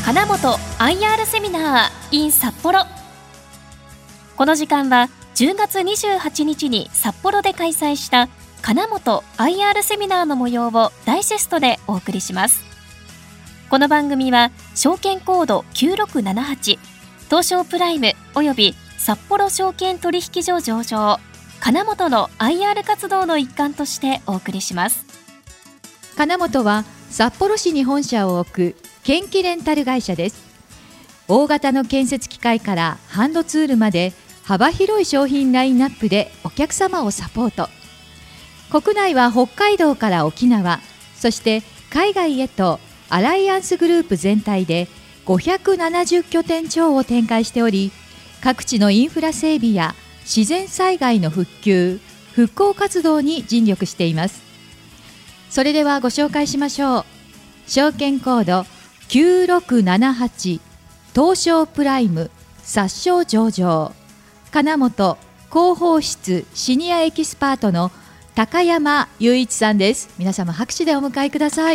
金本 IR セミナー in 札幌。この時間は10月28日に札幌で開催した金本 IR セミナーの模様をダイジェストでお送りします。この番組は証券コード9678東証プライムおよび札幌証券取引所上場金本の IR 活動の一環としてお送りします。 金本は札幌市に本社を置く建機レンタル会社です。大型の建設機械からハンドツールまで幅広い商品ラインナップでお客様をサポート。国内は北海道から沖縄、そして海外へとアライアンスグループ全体で570拠点超を展開しており、各地のインフラ整備や自然災害の復旧・復興活動に尽力しています。それではご紹介しましょう。証券コード9678東証プライム札証上場金本広報室シニアエキスパートの高山雄一さんです。皆様拍手でお迎えください。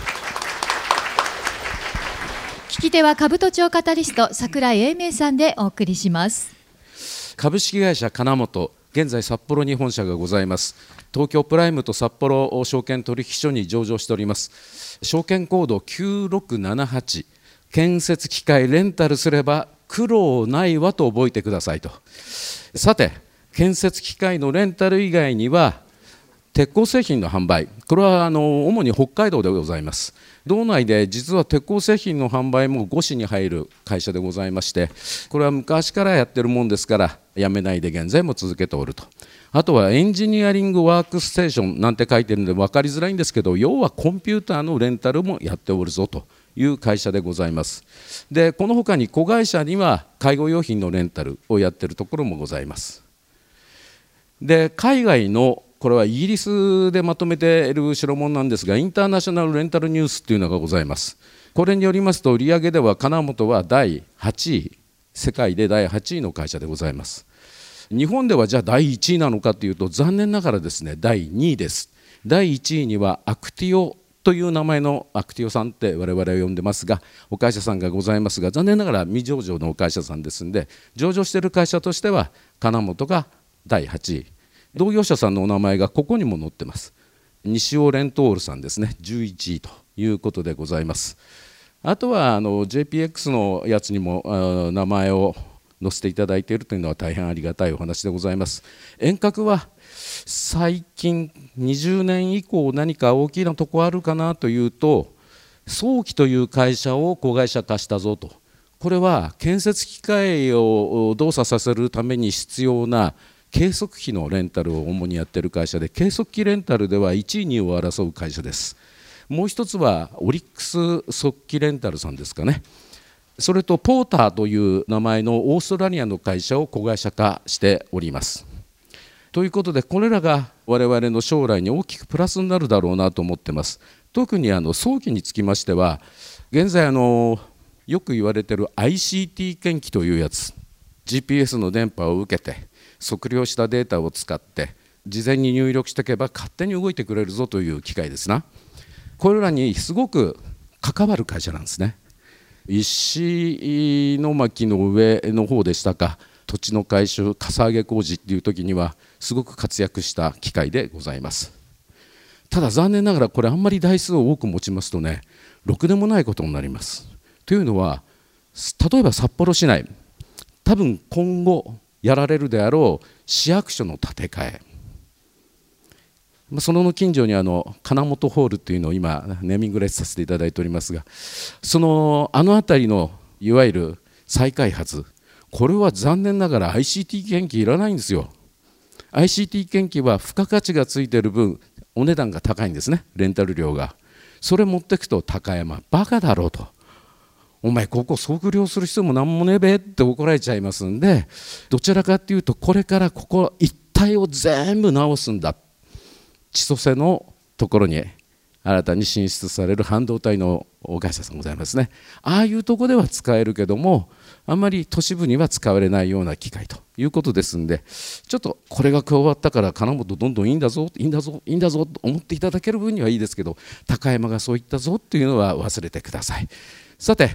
聞き手は兜町カタリスト櫻井英明さんでお送りします。 株式会社金本、現在札幌に本社がございます。東京プライムと札幌証券取引所に上場しております。証券コード9678、建設機械レンタルすれば苦労ないわと覚えてくださいと。さて、建設機械のレンタル以外には鉄鋼製品の販売、これは主に北海道でございます。道内で実は鉄鋼製品の販売も5市に入る会社でございまして、これは昔からやってるもんですからやめないで現在も続けておると。あとはエンジニアリングワークステーションなんて書いてるので分かりづらいんですけど、要はコンピューターのレンタルもやっておるぞという会社でございます。で、この他に子会社には介護用品のレンタルをやっているところもございます。で、海外のこれはイギリスでまとめている代物なんですが、インターナショナルレンタルニュースというのがございます。これによりますと、売上では金本は第8位、世界で第8位の会社でございます。日本ではじゃあ第1位なのかというと、残念ながらですね、第2位です。第1位にはアクティオという名前のアクティオさんって我々は呼んでますが、お会社さんがございますが、残念ながら未上場のお会社さんですので、上場している会社としては金本が第8位、同業者さんのお名前がここにも載ってます。西尾レントールさんですね、11位ということでございます。あとはJPX のやつにも名前を載せていただいているというのは大変ありがたいお話でございます。遠隔は最近20年以降何か大きなとこあるかなというと、早期という会社を子会社化したぞと。これは建設機械を動作させるために必要な計測器のレンタルを主にやっている会社で、計測器レンタルでは1位2位を争う会社です。もう一つはオリックス速記レンタルさんですかね。それとポーターという名前のオーストラリアの会社を子会社化しております。ということで、これらが我々の将来に大きくプラスになるだろうなと思っています。特に早期につきましては、現在よく言われている ICT 検機というやつ、 GPS の電波を受けて測量したデータを使って事前に入力しておけば勝手に動いてくれるぞという機械ですな。これらにすごく関わる会社なんですね。石巻の上の方でしたか、土地の改修、かさ上げ工事っていう時にはすごく活躍した機械でございます。ただ残念ながらこれあんまり台数を多く持ちますとね、ろくでもないことになります。というのは、例えば札幌市内、多分今後やられるであろう市役所の建て替え、その近所に金本ホールっていうのを今ネーミングレスさせていただいておりますが、辺りのいわゆる再開発、これは残念ながら ICT 検機いらないんですよ。 ICT 検機は付加価値がついている分お値段が高いんですね、レンタル料が。それ持ってくと高山バカだろうと、お前ここ測量する必要もなんもねえべって怒られちゃいますんで、どちらかっていうとこれからここ一帯を全部直すんだ、千歳のところに新たに進出される半導体の会社さんございますね。ああいうところでは使えるけども、あんまり都市部には使われないような機械ということですんで、ちょっとこれが加わったから金本どんどんいいんだぞいいんだぞいいんだぞと思っていただける分にはいいですけど、高山がそういったぞっていうのは忘れてください。さて、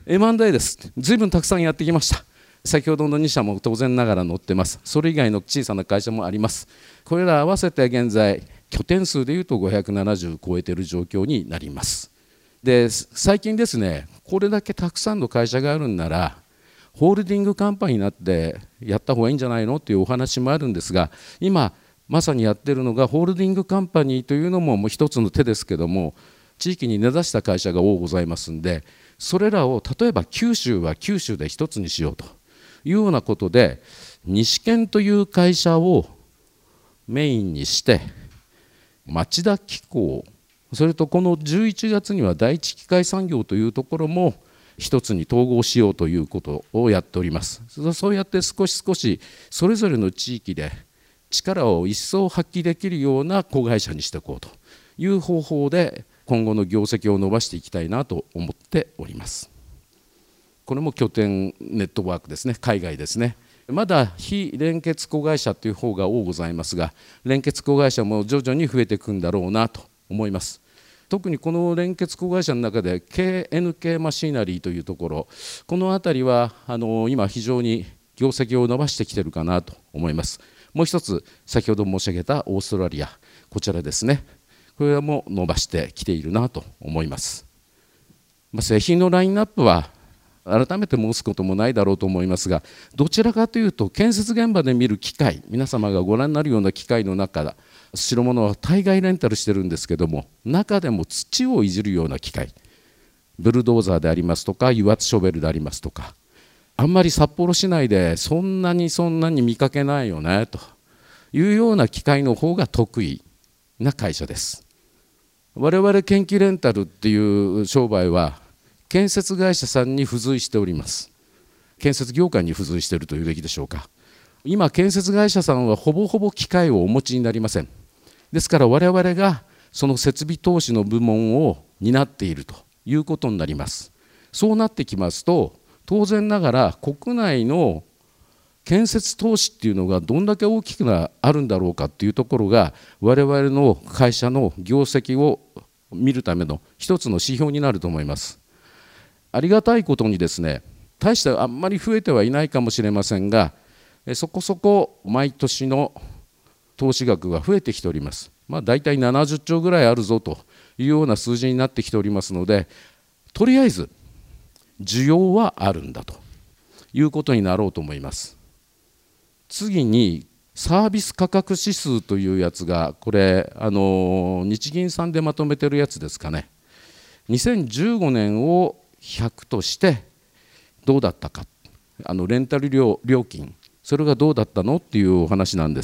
M&A です。ずいぶんたくさんやってきました。先ほどの2社も当然ながら載ってます。それ以外の小さな会社もあります。これら合わせて現在拠点数でいうと570を超えている状況になります。で、最近ですね、これだけたくさんの会社があるんならホールディングカンパニーになってやった方がいいんじゃないのというお話もあるんですが、今まさにやってるのがホールディングカンパニーというのも一つの手ですけども、地域に根ざした会社が多ございますんで、それらを例えば九州は九州で一つにしようというようなことで、西建という会社をメインにして町田機構、それとこの11月には第一機械産業というところも一つに統合しようということをやっております。そうやって少しそれぞれの地域で力を一層発揮できるような子会社にしていこうという方法で今後の業績を伸ばしていきたいなと思っております。これも拠点ネットワークですね、海外ですね。まだ非連結子会社という方が多ございますが、連結子会社も徐々に増えていくんだろうなと思います。特にこの連結子会社の中で KNK マシナリーというところ、このあたりは今非常に業績を伸ばしてきているかなと思います。もう一つ先ほど申し上げたオーストラリア、こちらですね、これも伸ばしてきているなと思います。製品のラインナップは改めて申すこともないだろうと思いますが、どちらかというと建設現場で見る機械、皆様がご覧になるような機械の中、白物は大概レンタルしてるんですけども、中でも土をいじるような機械、ブルドーザーでありますとか油圧ショベルでありますとか、あんまり札幌市内でそんなに見かけないよねというような機械の方が得意な会社です。我々建機レンタルっていう商売は建設会社さんに付随しております。建設業界に付随しているというべきでしょうか。今建設会社さんはほぼほぼ機械をお持ちになりません。ですから我々がその設備投資の部門を担っているということになります。そうなってきますと、当然ながら国内の建設投資っていうのがどんだけ大きくあるんだろうかっていうところが、我々の会社の業績を見るための一つの指標になると思います。ありがたいことにですね、大してあんまり増えてはいないかもしれませんが、そこそこ毎年の投資額が増えてきております。だいたい70兆ぐらいあるぞというような数字になってきておりますので、とりあえず需要はあるんだということになろうと思います。次にサービス価格指数というやつが、これ日銀さんでまとめてるやつですかね。2015年を100としてどうだったか、レンタル料金、それがどうだったのっていうお話なんです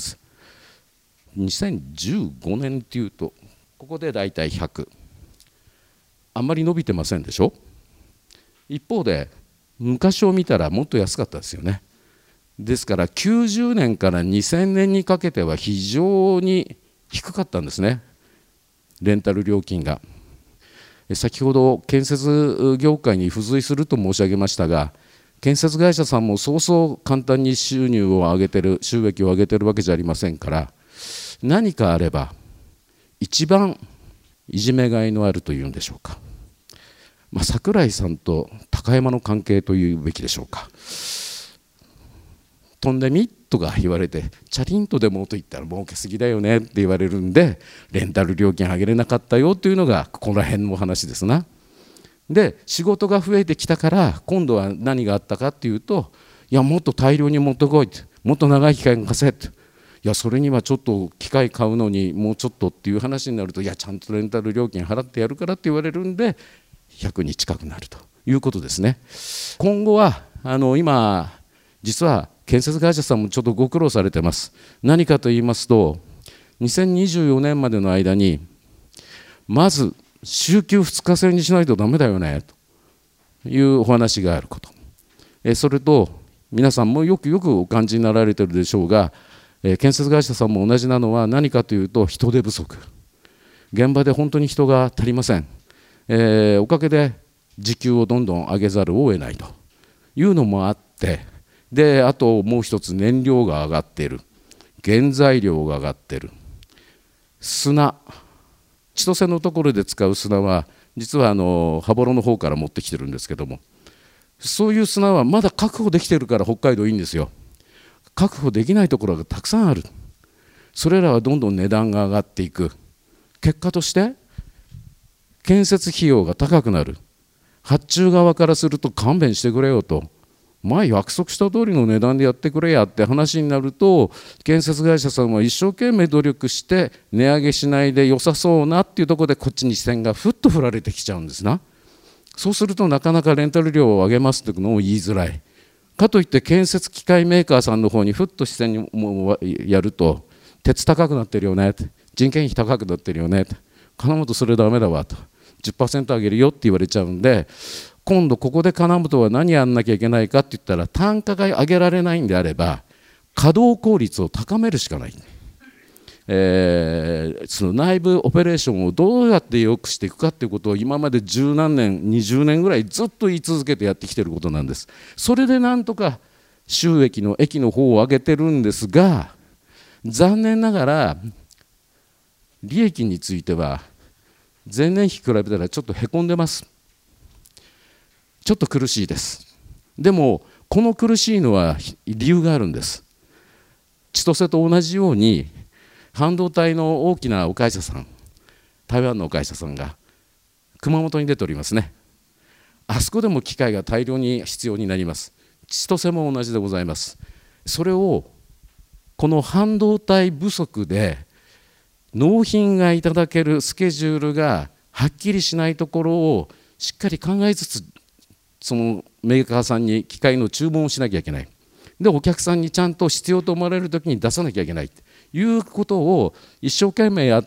。2015年っていうとここでだいたい100、あんまり伸びてませんでしょ。一方で昔を見たらもっと安かったですよね。ですから90年から2000年にかけては非常に低かったんですね、レンタル料金が。先ほど建設業界に付随すると申し上げましたが、建設会社さんもそうそう簡単に収益を上げてるわけじゃありませんから、何かあれば一番いじめがいのあるというんでしょうか、櫻井さんと高山の関係というべきでしょうか。飛んでみとか言われて、チャリンとでもと言ったら儲けすぎだよねって言われるんで、レンタル料金上げれなかったよというのがここら辺の話ですな。で仕事が増えてきたから今度は何があったかっていうと、いやもっと大量に持ってこいって、もっと長い機械が貸せって、いやそれにはちょっと機械買うのにもうちょっとっていう話になると、いやちゃんとレンタル料金払ってやるからって言われるんで100に近くなるということですね。今後は今実は建設会社さんもちょっとご苦労されてます。何かと言いますと、2024年までの間にまず週休2日制にしないとダメだよねというお話があること、それと皆さんもよくお感じになられているでしょうが、建設会社さんも同じなのは何かというと人手不足、現場で本当に人が足りません。おかげで時給をどんどん上げざるを得ないというのもあって、であともう一つ燃料が上がっている、原材料が上がっている、砂、千歳のところで使う砂は実は羽幌の方から持ってきてるんですけども、 そういう砂はまだ確保できているから北海道いいんですよ。確保できないところがたくさんある。それらはどんどん値段が上がっていく。結果として建設費用が高くなる。発注側からすると勘弁してくれよと、前約束した通りの値段でやってくれやって話になると、建設会社さんは一生懸命努力して値上げしないで良さそうなっていうところでこっちに視線がふっと振られてきちゃうんですな。そうするとなかなかレンタル料を上げますというのを言いづらい。かといって建設機械メーカーさんの方にふっと視線にもやると、鉄高くなってるよね、人件費高くなってるよね、金本それダメだわと、10% 上げるよって言われちゃうんで、今度ここで金本は何やんなきゃいけないかって言ったら、単価が上げられないんであれば稼働効率を高めるしかない。その内部オペレーションをどうやって良くしていくかということを今まで十何年20年ぐらいずっと言い続けてやってきていることなんです。それでなんとか収益の益の方を上げてるんですが、残念ながら利益については前年比比べたらちょっとへこんでます。ちょっと苦しいです。でもこの苦しいのは理由があるんです。千歳と同じように半導体の大きなお会社さん、台湾のお会社さんが熊本に出ておりますね。あそこでも機械が大量に必要になります。千歳も同じでございます。それをこの半導体不足で納品がいただけるスケジュールがはっきりしないところをしっかり考えつつ、そのメーカーさんに機械の注文をしなきゃいけない。でお客さんにちゃんと必要と思われるときに出さなきゃいけないということを一生懸命やって、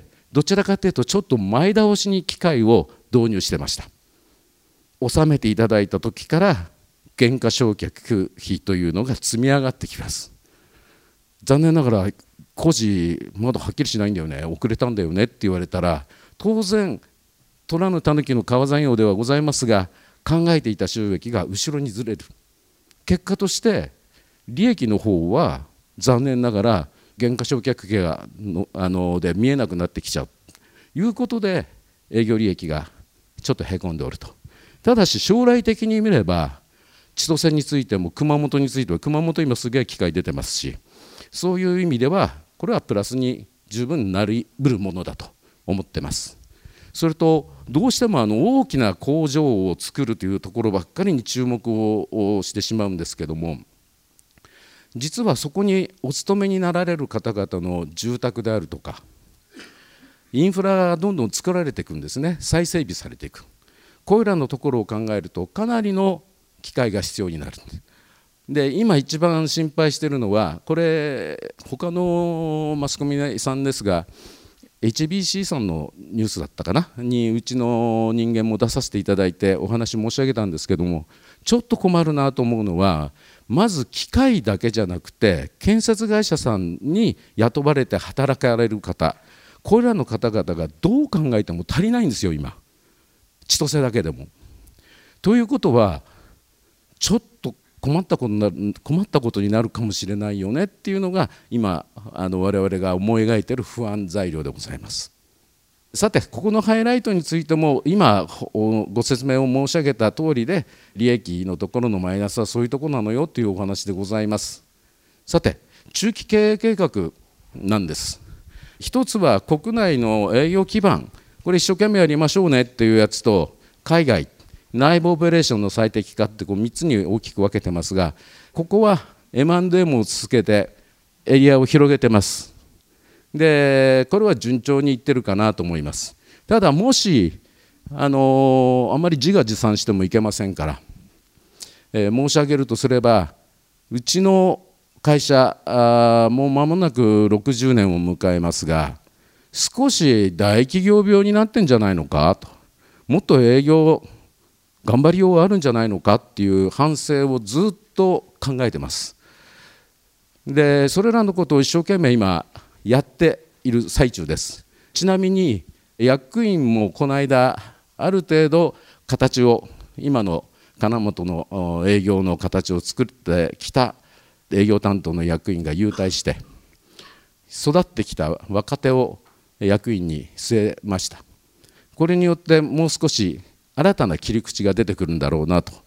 どちらかというとちょっと前倒しに機械を導入してました。納めていただいた時から減価償却費というのが積み上がってきます。残念ながら工事まだはっきりしないんだよね、遅れたんだよねって言われたら、当然取らぬ狸の川山用ではございますが、考えていた収益が後ろにずれる。結果として利益の方は残念ながら減価償却費がで見えなくなってきちゃうということで、営業利益がちょっとへこんでおると。ただし将来的に見れば千歳についても熊本については、熊本今すげえ機会出てますし、そういう意味ではこれはプラスに十分なりうるものだと思ってます。それとどうしても大きな工場を作るというところばっかりに注目をしてしまうんですけども、実はそこにお勤めになられる方々の住宅であるとかインフラがどんどん作られていくんですね。再整備されていく。これらのところを考えるとかなりの機会が必要になる。で今一番心配しているのは、これ他のマスコミさんですが、HBC さんのニュースだったかなにうちの人間も出させていただいてお話申し上げたんですけども、ちょっと困るなと思うのは、まず機械だけじゃなくて建設会社さんに雇われて働かれる方、これらの方々がどう考えても足りないんですよ今、千歳だけでも。ということはちょっと困ったことになるかもしれないよねっていうのが今我々が思い描いている不安材料でございます。さてここのハイライトについても今ご説明を申し上げた通りで、利益のところのマイナスはそういうところなのよというお話でございます。さて中期経営計画なんです。一つは国内の営業基盤、これ一生懸命やりましょうねっていうやつと、海外内部オペレーションの最適化って3つに大きく分けてますが、ここは M&A を続けてエリアを広げてます。でこれは順調にいってるかなと思います。ただもしあまり自画自賛してもいけませんから、申し上げるとすれば、うちの会社もう間もなく60年を迎えますが、少し大企業病になってんじゃないのかと、もっと営業頑張りようがあるんじゃないのかっていう反省をずっと考えてます。でそれらのことを一生懸命今やっている最中です。ちなみに役員もこの間ある程度形を、今の金本の営業の形を作ってきた営業担当の役員が優退して、育ってきた若手を役員に据えました。これによってもう少し新たな切り口が出てくるんだろうなと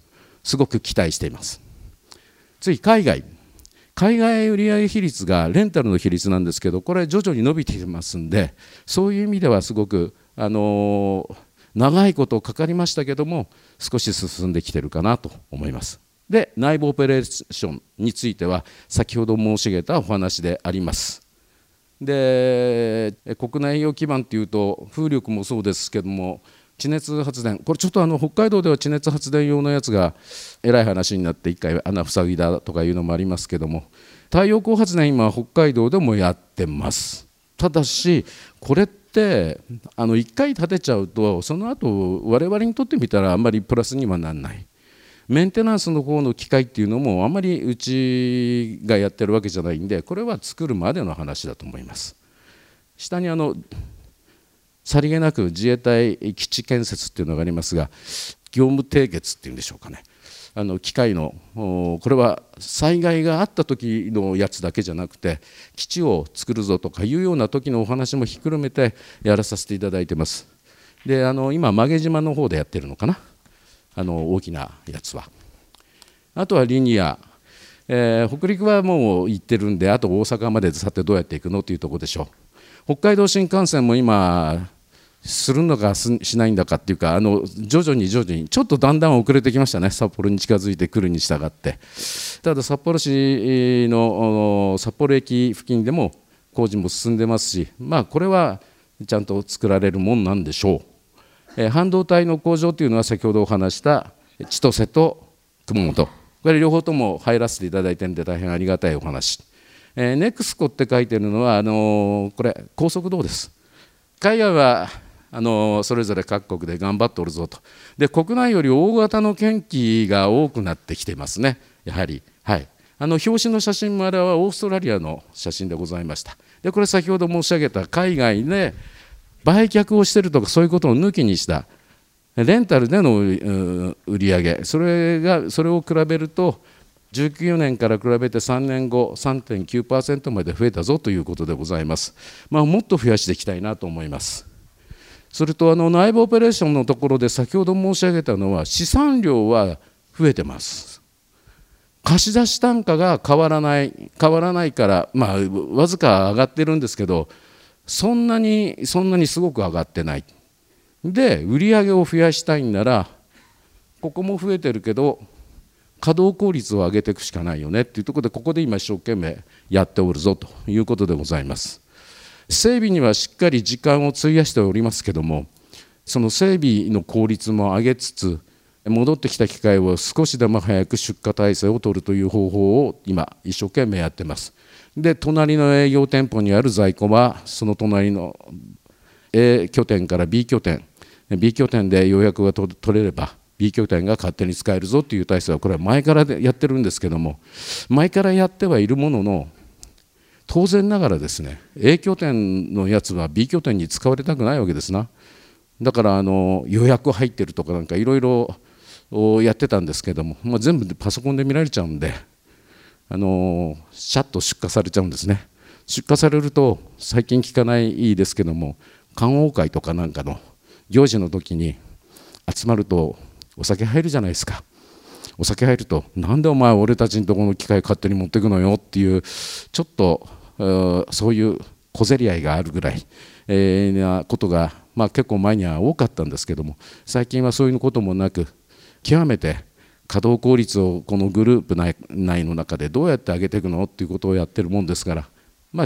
すごく期待しています。次、海外売上比率がレンタルの比率なんですけど、これ徐々に伸びていますんで、そういう意味ではすごく長いことかかりましたけども、少し進んできているかなと思います。で、内部オペレーションについては先ほど申し上げたお話であります。で、国内用基盤というと風力もそうですけども、地熱発電、これちょっと北海道では地熱発電用のやつがえらい話になって一回穴塞ぎだとかいうのもありますけども、太陽光発電今北海道でもやってます。ただしこれって一回建てちゃうとその後我々にとってみたらあんまりプラスにはならない。メンテナンスの方の機械っていうのもあんまりうちがやってるわけじゃないんで、これは作るまでの話だと思います。下にさりげなく自衛隊基地建設っていうのがありますが、業務締結っていうんでしょうかね、機械のこれは災害があった時のやつだけじゃなくて、基地を作るぞとかいうような時のお話もひっくるめてやらさせていただいてます。で、今曲げ島の方でやってるのかな、大きなやつは。あとはリニア、北陸はもう行ってるんで、あと大阪までさてどうやっていくのというところでしょう。北海道新幹線も今するのかしないんだかっていうか、徐々にちょっとだんだん遅れてきましたね、札幌に近づいてくるに従って。ただ札幌市の札幌駅付近でも工事も進んでますし、これはちゃんと作られるもんなんでしょう。半導体の工場というのは先ほどお話した千歳と熊本、これ両方とも入らせていただいているので大変ありがたいお話。ネクスコって書いてるのはこれ高速道路です。海外はそれぞれ各国で頑張っておるぞと。で、国内より大型の検機が多くなってきていますね、やはり。はい、表紙の写真もあれはオーストラリアの写真でございました。で、これ先ほど申し上げた海外で売却をしているとかそういうことを抜きにしたレンタルでの売り上げ、それを比べると19年から比べて3年後 3.9% まで増えたぞということでございます。もっと増やしていきたいなと思います。それと内部オペレーションのところで先ほど申し上げたのは資産量は増えてます。貸し出し単価が変わらないから、わずか上がってるんですけど、そんなにすごく上がってない。で、売上を増やしたいんならここも増えてるけど稼働効率を上げていくしかないよねっていうところで、ここで今一生懸命やっておるぞということでございます。整備にはしっかり時間を費やしておりますけども、その整備の効率も上げつつ、戻ってきた機械を少しでも早く出荷体制を取るという方法を今一生懸命やってます。で、隣の営業店舗にある在庫はその隣の A 拠点から B 拠点で予約が取れれば B 拠点が勝手に使えるぞという体制はこれは前からやってるんですけども、前からやってはいるものの、当然ながらですね、 A 拠点のやつは B 拠点に使われたくないわけですな。だから予約入ってるとかなんかいろいろやってたんですけども、全部パソコンで見られちゃうんでシャッと出荷されちゃうんですね。出荷されると最近聞かないですけども、観桜会とかなんかの行事の時に集まるとお酒入るじゃないですか。お酒入ると、なんでお前俺たちのところの機械勝手に持ってくのよっていう、ちょっとそういう小競り合いがあるぐらいなことが、結構前には多かったんですけども、最近はそういうこともなく、極めて稼働効率をこのグループ内の中でどうやって上げていくのっていうことをやってるもんですから、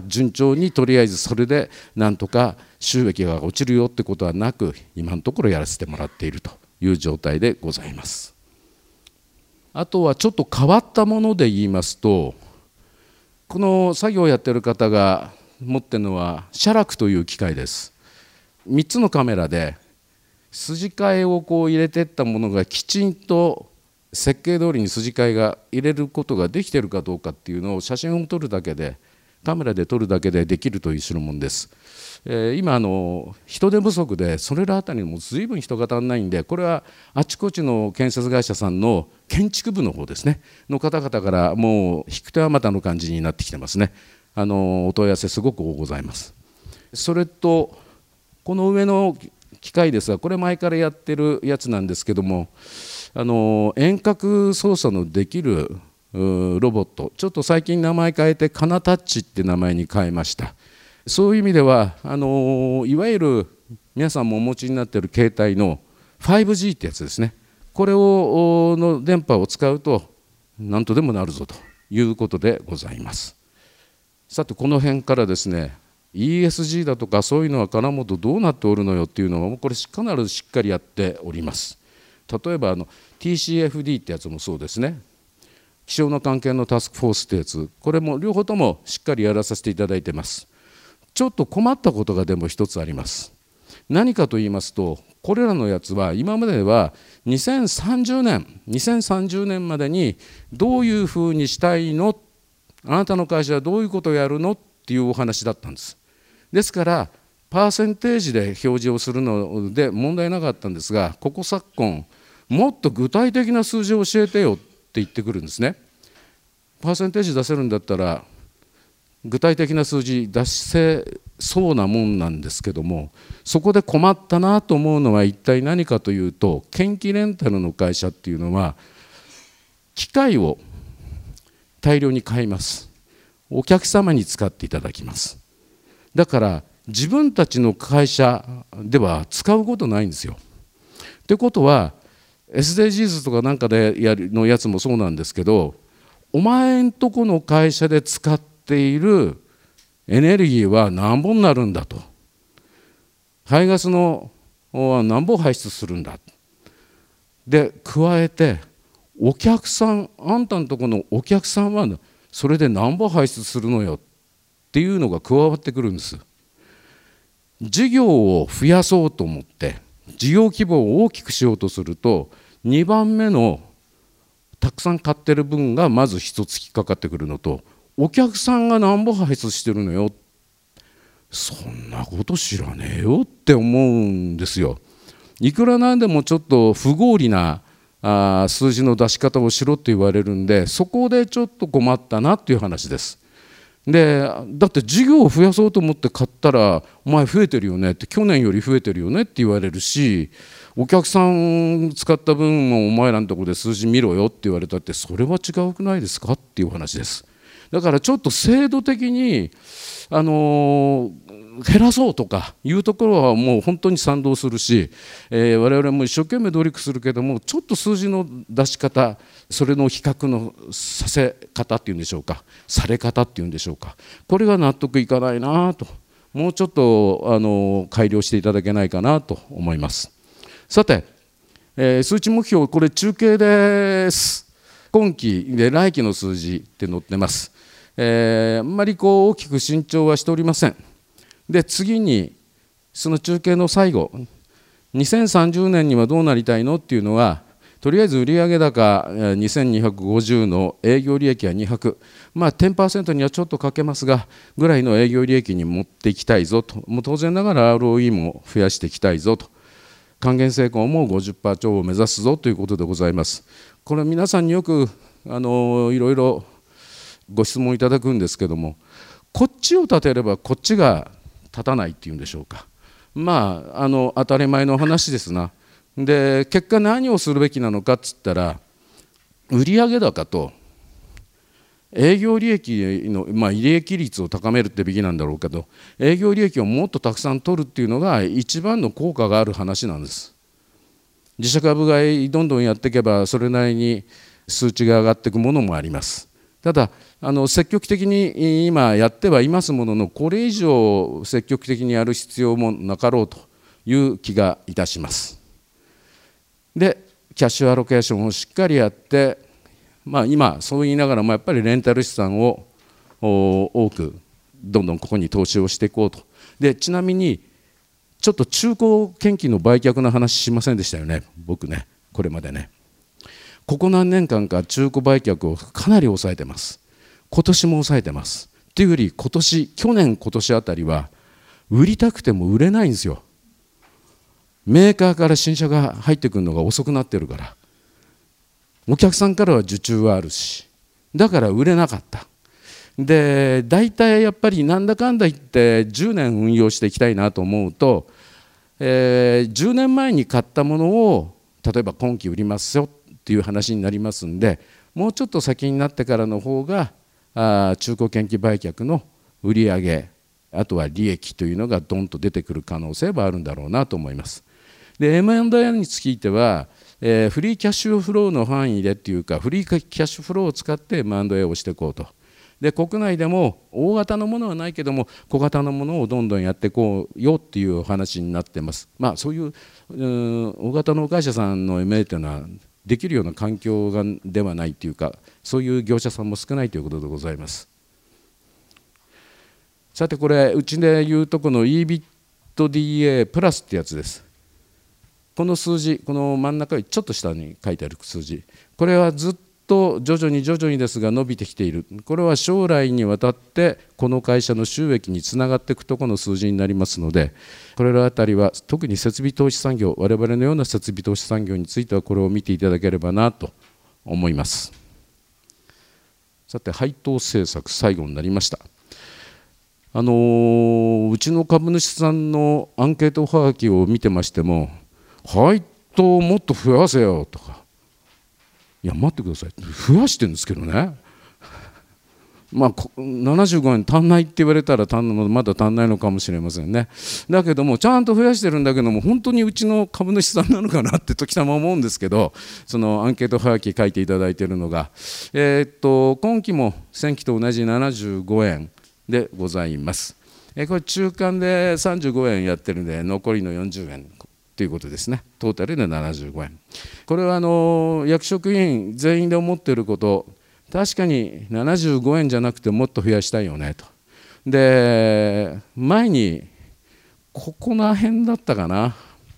順調にとりあえずそれでなんとか収益が落ちるよってことはなく、今のところやらせてもらっているという状態でございます。あとはちょっと変わったもので言いますと、この作業をやってる方が持ってるのは写楽という機械です。3つのカメラで筋替えを入れていったものがきちんと設計通りに筋替えが入れることができているかどうかっていうのを写真を撮るだけで、カメラで撮るだけでできるという代物です。今人手不足でそれらあたりも随分人が足んないんで、これはあちこちの建設会社さんの建築部の方ですねの方々からもう引く手あまたの感じになってきてますね。お問い合わせすごくございます。それとこの上の機械ですが、これ前からやってるやつなんですけども、 遠隔操作のできるロボット、ちょっと最近名前変えてカナタッチって名前に変えました。そういう意味ではいわゆる皆さんもお持ちになっている携帯の 5G ってやつですね、これの電波を使うと何とでもなるぞということでございます。さてこの辺からですね、 ESG だとかそういうのは金本どうなっておるのよっていうのはこれ必ずしっかりやっております。例えばTCFD ってやつもそうですね、気象の関係のタスクフォースってやつ、これも両方ともしっかりやらさせていただいてます。ちょっと困ったことがでも一つあります。何かと言いますと、これらのやつは今までは2030年までにどういうふうにしたいの、あなたの会社はどういうことをやるのっていうお話だったんです。ですからパーセンテージで表示をするので問題なかったんですが、ここ昨今もっと具体的な数字を教えてよって言ってくるんですね。パーセンテージ出せるんだったら具体的な数字出せそうなもんなんですけども、そこで困ったなと思うのは一体何かというと、建機レンタルの会社っていうのは機械を大量に買います。お客様に使っていただきます。だから自分たちの会社では使うことないんですよ。ということは SDGs とかなんかでのやつもそうなんですけど、お前んとこの会社で使っているエネルギーは何本になるんだと、排ガスの何本排出するんだで、加えてお客さん、あんたのとこのお客さんはそれで何本排出するのよっていうのが加わってくるんです。事業を増やそうと思って事業規模を大きくしようとすると、2番目のたくさん買ってる分がまず一つ引っかかってくるのと、お客さんが何本排出してるのよ、そんなこと知らねえよって思うんですよ。いくらなんでもちょっと不合理な数字の出し方をしろって言われるんで、そこでちょっと困ったなっていう話です。でだって事業を増やそうと思って買ったらお前増えてるよねって、去年より増えてるよねって言われるし、お客さん使った分もお前らのところで数字見ろよって言われたって、それは違うくないですかっていう話です。だからちょっと制度的に減らそうとかいうところはもう本当に賛同するし、我々も一生懸命努力するけども、ちょっと数字の出し方、それの比較のさせ方っていうんでしょうか、され方っていうんでしょうか、これが納得いかないなと、もうちょっと改良していただけないかなと思います。さて、数値目標、これ中継です。今期で来期の数字って載ってます。あんまり大きく伸長はしておりません。で次にその中継の最後、2030年にはどうなりたいのっていうのは、とりあえず売上高2250の営業利益は200、10% にはちょっとかけますがぐらいの営業利益に持っていきたいぞと、もう当然ながら ROE も増やしていきたいぞと、還元成功も 50% 超を目指すぞということでございます。これ皆さんによくいろいろご質問いただくんですけども、こっちを立てればこっちが立たないっていうんでしょうか、当たり前の話ですな。で結果何をするべきなのかっつったら、売上高と営業利益の、利益率を高めるってべきなんだろうけど、営業利益をもっとたくさん取るっていうのが一番の効果がある話なんです。自社株買いどんどんやっていけばそれなりに数値が上がっていくものもあります。ただ積極的に今やってはいますものの、これ以上積極的にやる必要もなかろうという気がいたします。でキャッシュアロケーションをしっかりやって、今そう言いながらもやっぱりレンタル資産を多くどんどんここに投資をしていこうと。でちなみにちょっと中古献金の売却の話しませんでしたよね、僕ね。これまでね、ここ何年間か中古売却をかなり抑えてます。今年も抑えてます。というより去年今年あたりは売りたくても売れないんですよ。メーカーから新車が入ってくるのが遅くなってるから、お客さんからは受注はあるし、だから売れなかった。で大体やっぱりなんだかんだ言って10年運用していきたいなと思うと、10年前に買ったものを例えば今期売りますよ、 っていう話になりますんで、もうちょっと先になってからの方が中古券機売却の売上、あとは利益というのがドンと出てくる可能性はあるんだろうなと思います。で M&A については、フリーキャッシュフローの範囲でっていうか、フリーキャッシュフローを使って M&A をしていこうと。で国内でも大型のものはないけども小型のものをどんどんやっていこうよっていうお話になってます。そういう大型の会社さんの M&A というのはできるような環境ではないというか、そういう業者さんも少ないということでございます。さてこれうちでいうとこの EBITDA プラスってやつです。この数字、この真ん中よりちょっと下に書いてある数字、これはずっと徐々にですが伸びてきている。これは将来にわたってこの会社の収益につながっていくところの数字になりますので、これらあたりは特に設備投資産業、我々のような設備投資産業についてはこれを見ていただければなと思います。さて配当政策、最後になりました。うちの株主さんのアンケートはがきを見てましても、配当をもっと増やせよとか、いや待ってください、増やしてるんですけどね75円足んないって言われたらまだ足んないのかもしれませんね。だけどもちゃんと増やしてるんだけども、本当にうちの株主さんなのかなって時たま思うんですけど、そのアンケートはがき書いていただいているのが、今期も前期と同じ75円でございます。これ中間で35円やってるんで残りの40円ということですね。トータルで75円。これは役職員全員で思っていること、確かに75円じゃなくてもっと増やしたいよねと。で前にここら辺だったかな、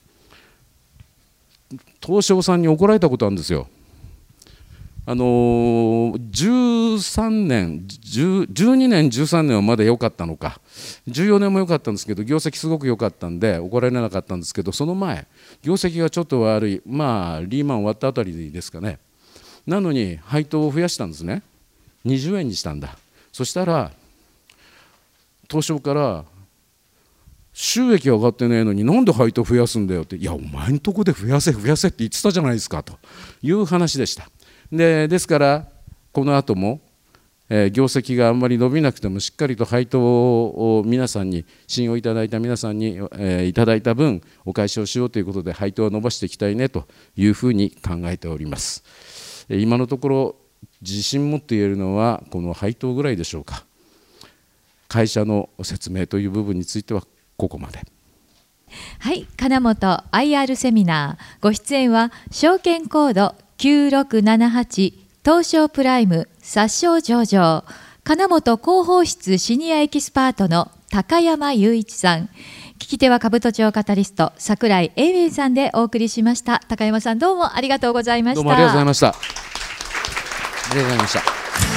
東証さんに怒られたことあるんですよ。13年12年13年はまだ良かったのか、14年も良かったんですけど業績すごく良かったんで怒られなかったんですけど、その前業績がちょっと悪い、リーマン終わったあたりですかね。なのに配当を増やしたんですね。20円にしたんだ。そしたら東証から収益が上がってねえのになんで配当増やすんだよって、いやお前んとこで増やせって言ってたじゃないですかという話でした。ですからこの後も、業績があんまり伸びなくてもしっかりと配当を皆さんに信用いただいた皆さんに、いただいた分お返しをしようということで配当を伸ばしていきたいねというふうに考えております。今のところ自信持って言えるのはこの配当ぐらいでしょうか。会社の説明という部分についてはここまで。 はい、金本 IR セミナーご出演は証券コード9678東証プライム札証上場金本広報室シニアエキスパートの高山雄一さん、聞き手は兜町カタリスト櫻井英明さんでお送りしました。高山さんどうもありがとうございました。 どうもありがとうございました。ありがとうございました。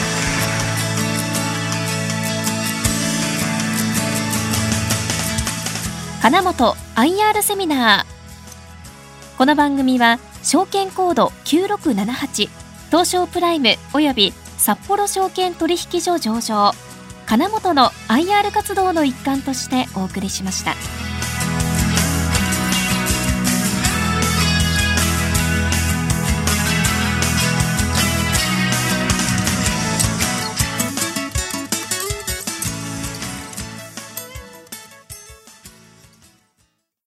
金本 IR セミナー。この番組は証券コード9678東証プライムおよび札幌証券取引所上場金本の IR 活動の一環としてお送りしました。